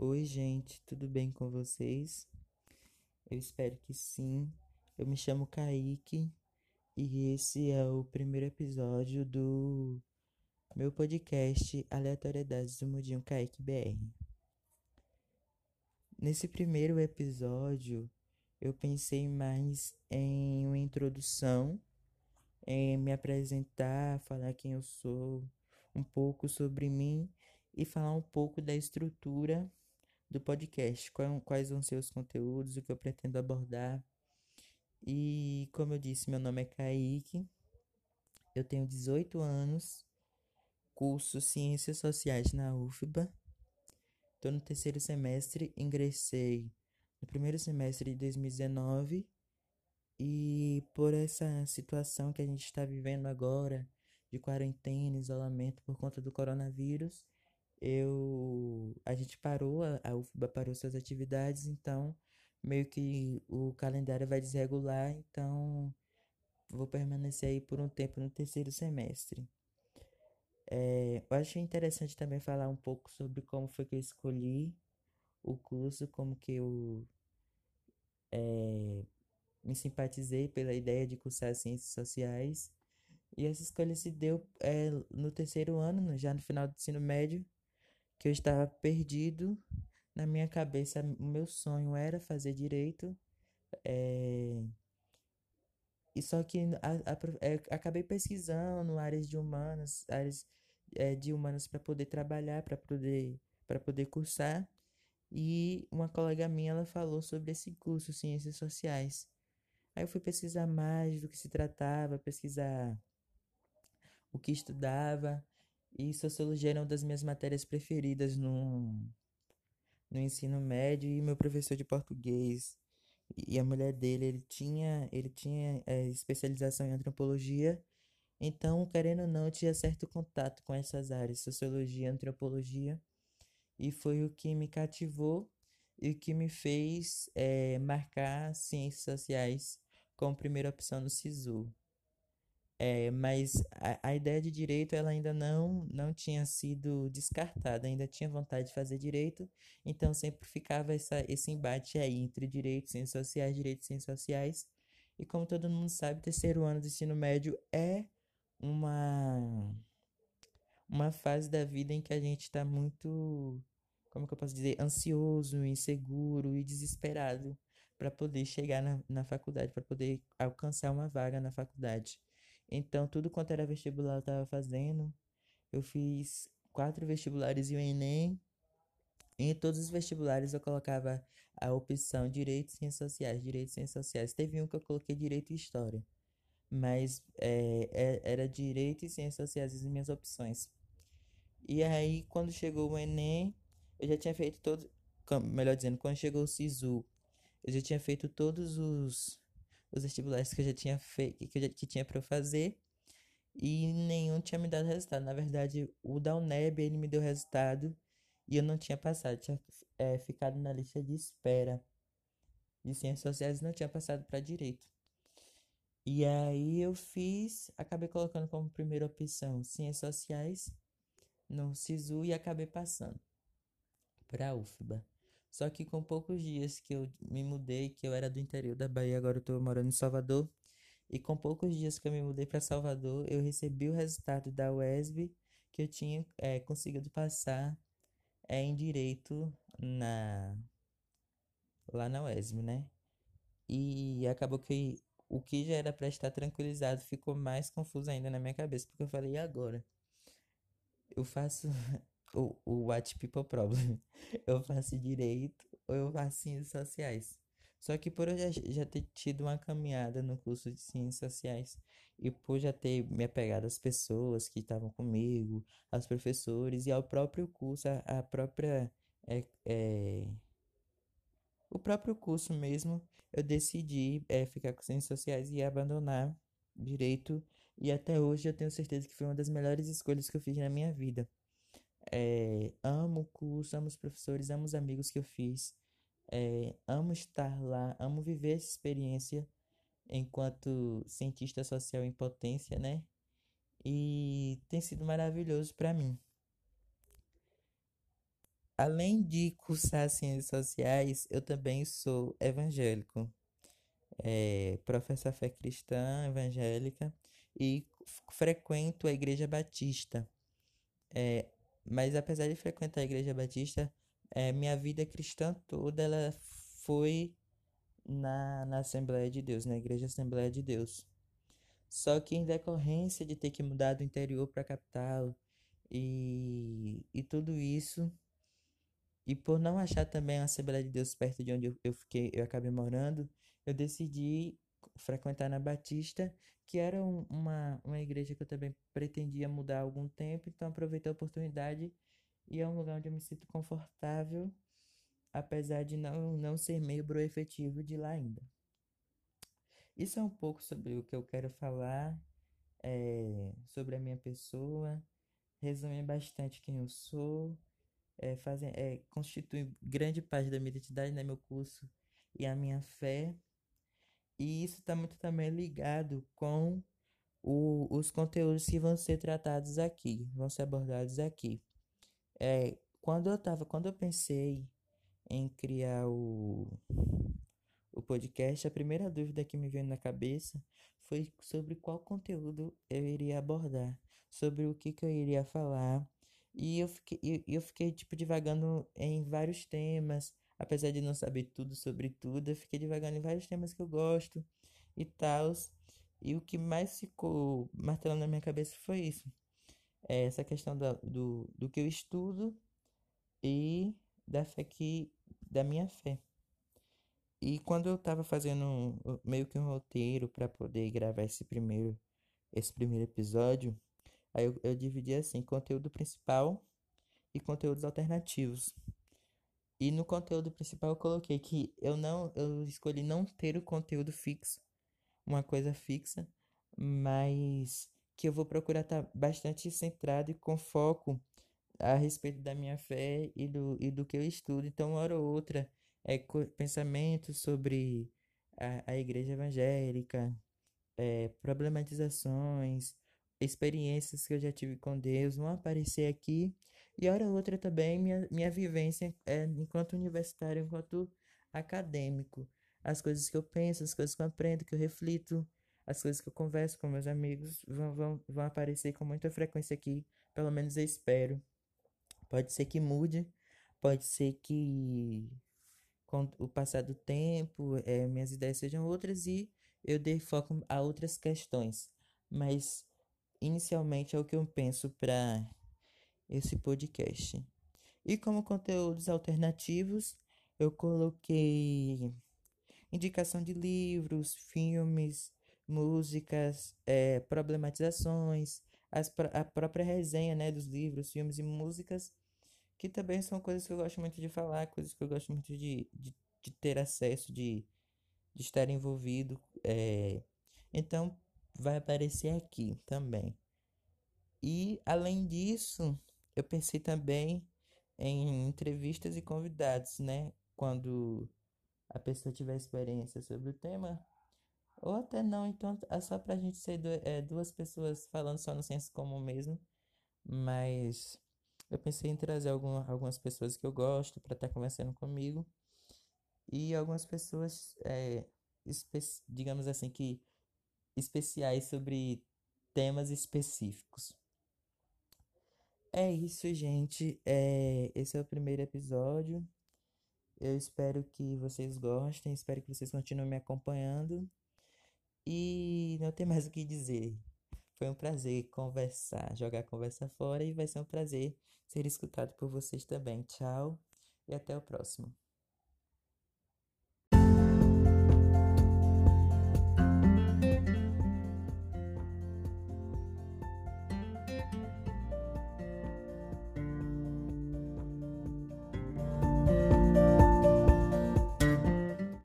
Oi, gente, tudo bem com vocês? Eu espero que sim. Eu me chamo Kaique e esse é o primeiro episódio do meu podcast Aleatoriedades do Mundinho Kaique BR. Nesse primeiro episódio, eu pensei mais em uma introdução, em me apresentar, falar quem eu sou, um pouco sobre mim e falar um pouco da estrutura do podcast, quais vão ser os conteúdos, o que eu pretendo abordar. E como eu disse, meu nome é Kaique, eu tenho 18 anos, curso Ciências Sociais na UFBA. Estou no terceiro semestre, ingressei no primeiro semestre de 2019 e por essa situação que a gente está vivendo agora, de quarentena, isolamento por conta do coronavírus, a gente parou, a UFBA parou suas atividades, então meio que o calendário vai desregular, então vou permanecer aí por um tempo no terceiro semestre. Eu achei interessante também falar um pouco sobre como foi que eu escolhi o curso, como que eu me simpatizei pela ideia de cursar ciências sociais. E essa escolha se deu no terceiro ano, já no final do ensino médio, que eu estava perdido. Na minha cabeça, o meu sonho era fazer direito. é, E só que acabei pesquisando áreas de humanas, áreas de humanas para poder trabalhar, para poder cursar. E uma colega minha, ela falou sobre esse curso, Ciências Sociais. Aí eu fui pesquisar mais do que se tratava, pesquisar o que estudava. E sociologia era uma das minhas matérias preferidas no ensino médio. E meu professor de português e a mulher dele, ele tinha especialização em antropologia. Então, querendo ou não, eu tinha certo contato com essas áreas, sociologia, antropologia. E foi o que me cativou e o que me fez marcar ciências sociais como primeira opção no SISU. Mas a ideia de direito ela ainda não tinha sido descartada, ainda tinha vontade de fazer direito, então sempre ficava esse embate aí entre direito e ciências sociais. E como todo mundo sabe, o terceiro ano do ensino médio é uma, uma fase da vida em que a gente está muito, como que eu posso dizer, ansioso, inseguro e desesperado para poder chegar na faculdade, para poder alcançar uma vaga na faculdade. Então, tudo quanto era vestibular eu estava fazendo. Eu fiz 4 vestibulares e o Enem. E em todos os vestibulares eu colocava a opção Direito e Ciências Sociais, Direito e Ciências Sociais. Teve um que eu coloquei Direito e História, mas era Direito e Ciências Sociais as minhas opções. E aí, quando chegou o Enem, eu já tinha feito todos. Melhor dizendo, quando chegou o SISU, eu já tinha feito todos os vestibulares que eu já tinha feito, que tinha para eu fazer, e nenhum tinha me dado resultado. Na verdade, o da UNEB, ele me deu resultado e eu não tinha passado, tinha ficado na lista de espera de ciências sociais e não tinha passado para direito. E aí eu acabei colocando como primeira opção ciências sociais no SISU e acabei passando para UFBA. Só que com poucos dias que eu me mudei, que eu era do interior da Bahia, agora eu tô morando em Salvador, e com poucos dias que eu me mudei para Salvador, eu recebi o resultado da UESB que eu tinha conseguido passar em direito lá na UESB, né? E acabou que o que já era para estar tranquilizado ficou mais confuso ainda na minha cabeça, porque eu falei, e agora? Eu faço o White People Problem. Eu faço direito ou eu faço ciências sociais. Só que por eu já ter tido uma caminhada no curso de ciências sociais e por já ter me apegado às pessoas que estavam comigo, aos professores e ao próprio curso, a própria, é, é, o próprio curso mesmo, eu decidi ficar com ciências sociais e abandonar direito. E até hoje eu tenho certeza que foi uma das melhores escolhas que eu fiz na minha vida. Amo o curso, amo os professores, amo os amigos que eu fiz. Amo estar lá, amo viver essa experiência enquanto cientista social em potência, né? E tem sido maravilhoso para mim. Além de cursar ciências sociais, eu também sou evangélico, professo a fé cristã evangélica e frequento a Igreja Batista. É, mas apesar de frequentar a Igreja Batista, minha vida cristã toda ela foi na Assembleia de Deus, na Igreja Assembleia de Deus. Só que em decorrência de ter que mudar do interior para a capital e tudo isso, e por não achar também a Assembleia de Deus perto de onde eu acabei morando, eu decidi frequentar na Batista, que era uma igreja que eu também pretendia mudar há algum tempo, então aproveitei a oportunidade e é um lugar onde eu me sinto confortável, apesar de não ser membro efetivo de lá ainda. Isso é um pouco sobre o que eu quero falar, sobre a minha pessoa, resume bastante quem eu sou, constitui grande parte da minha identidade, né, meu curso e a minha fé. E isso está muito também ligado com os conteúdos que vão ser tratados aqui, vão ser abordados aqui. Quando eu pensei em criar o podcast, a primeira dúvida que me veio na cabeça foi sobre qual conteúdo eu iria abordar, sobre o que eu iria falar. E eu fiquei tipo divagando em vários temas, apesar de não saber tudo sobre tudo, eu fiquei divagando em vários temas que eu gosto e tal. E o que mais ficou martelando na minha cabeça foi isso. Essa questão do que eu estudo e da fé da minha fé. E quando eu tava fazendo meio que um roteiro para poder gravar esse primeiro episódio, aí eu dividi assim, conteúdo principal e conteúdos alternativos. E no conteúdo principal eu coloquei que eu escolhi não ter o conteúdo fixo, uma coisa fixa, mas que eu vou procurar estar bastante centrado e com foco a respeito da minha fé e do que eu estudo. Então, uma hora ou outra, pensamentos sobre a igreja evangélica, problematizações, experiências que eu já tive com Deus vão aparecer aqui. E hora ou outra também minha vivência enquanto universitário, enquanto acadêmico. As coisas que eu penso, as coisas que eu aprendo, que eu reflito, as coisas que eu converso com meus amigos vão aparecer com muita frequência aqui. Pelo menos eu espero. Pode ser que mude, pode ser que com o passar do tempo, minhas ideias sejam outras e eu dei foco a outras questões. Mas inicialmente é o que eu penso para esse podcast. E como conteúdos alternativos, eu coloquei indicação de livros, filmes, músicas, problematizações, a própria resenha, né, dos livros, filmes e músicas que também são coisas que eu gosto muito de falar, coisas que eu gosto muito de ter acesso, de estar envolvido. Então, vai aparecer aqui também. E, além disso, eu pensei também em entrevistas e convidados, né? Quando a pessoa tiver experiência sobre o tema, ou até não, então é só pra gente ser duas pessoas falando só no senso comum mesmo. Mas eu pensei em trazer algumas pessoas que eu gosto para estar conversando comigo e algumas pessoas, digamos assim, que especiais sobre temas específicos. É isso, gente. Esse é o primeiro episódio. Eu espero que vocês gostem, espero que vocês continuem me acompanhando. E não tem mais o que dizer. Foi um prazer conversar, jogar a conversa fora e vai ser um prazer ser escutado por vocês também. Tchau e até o próximo.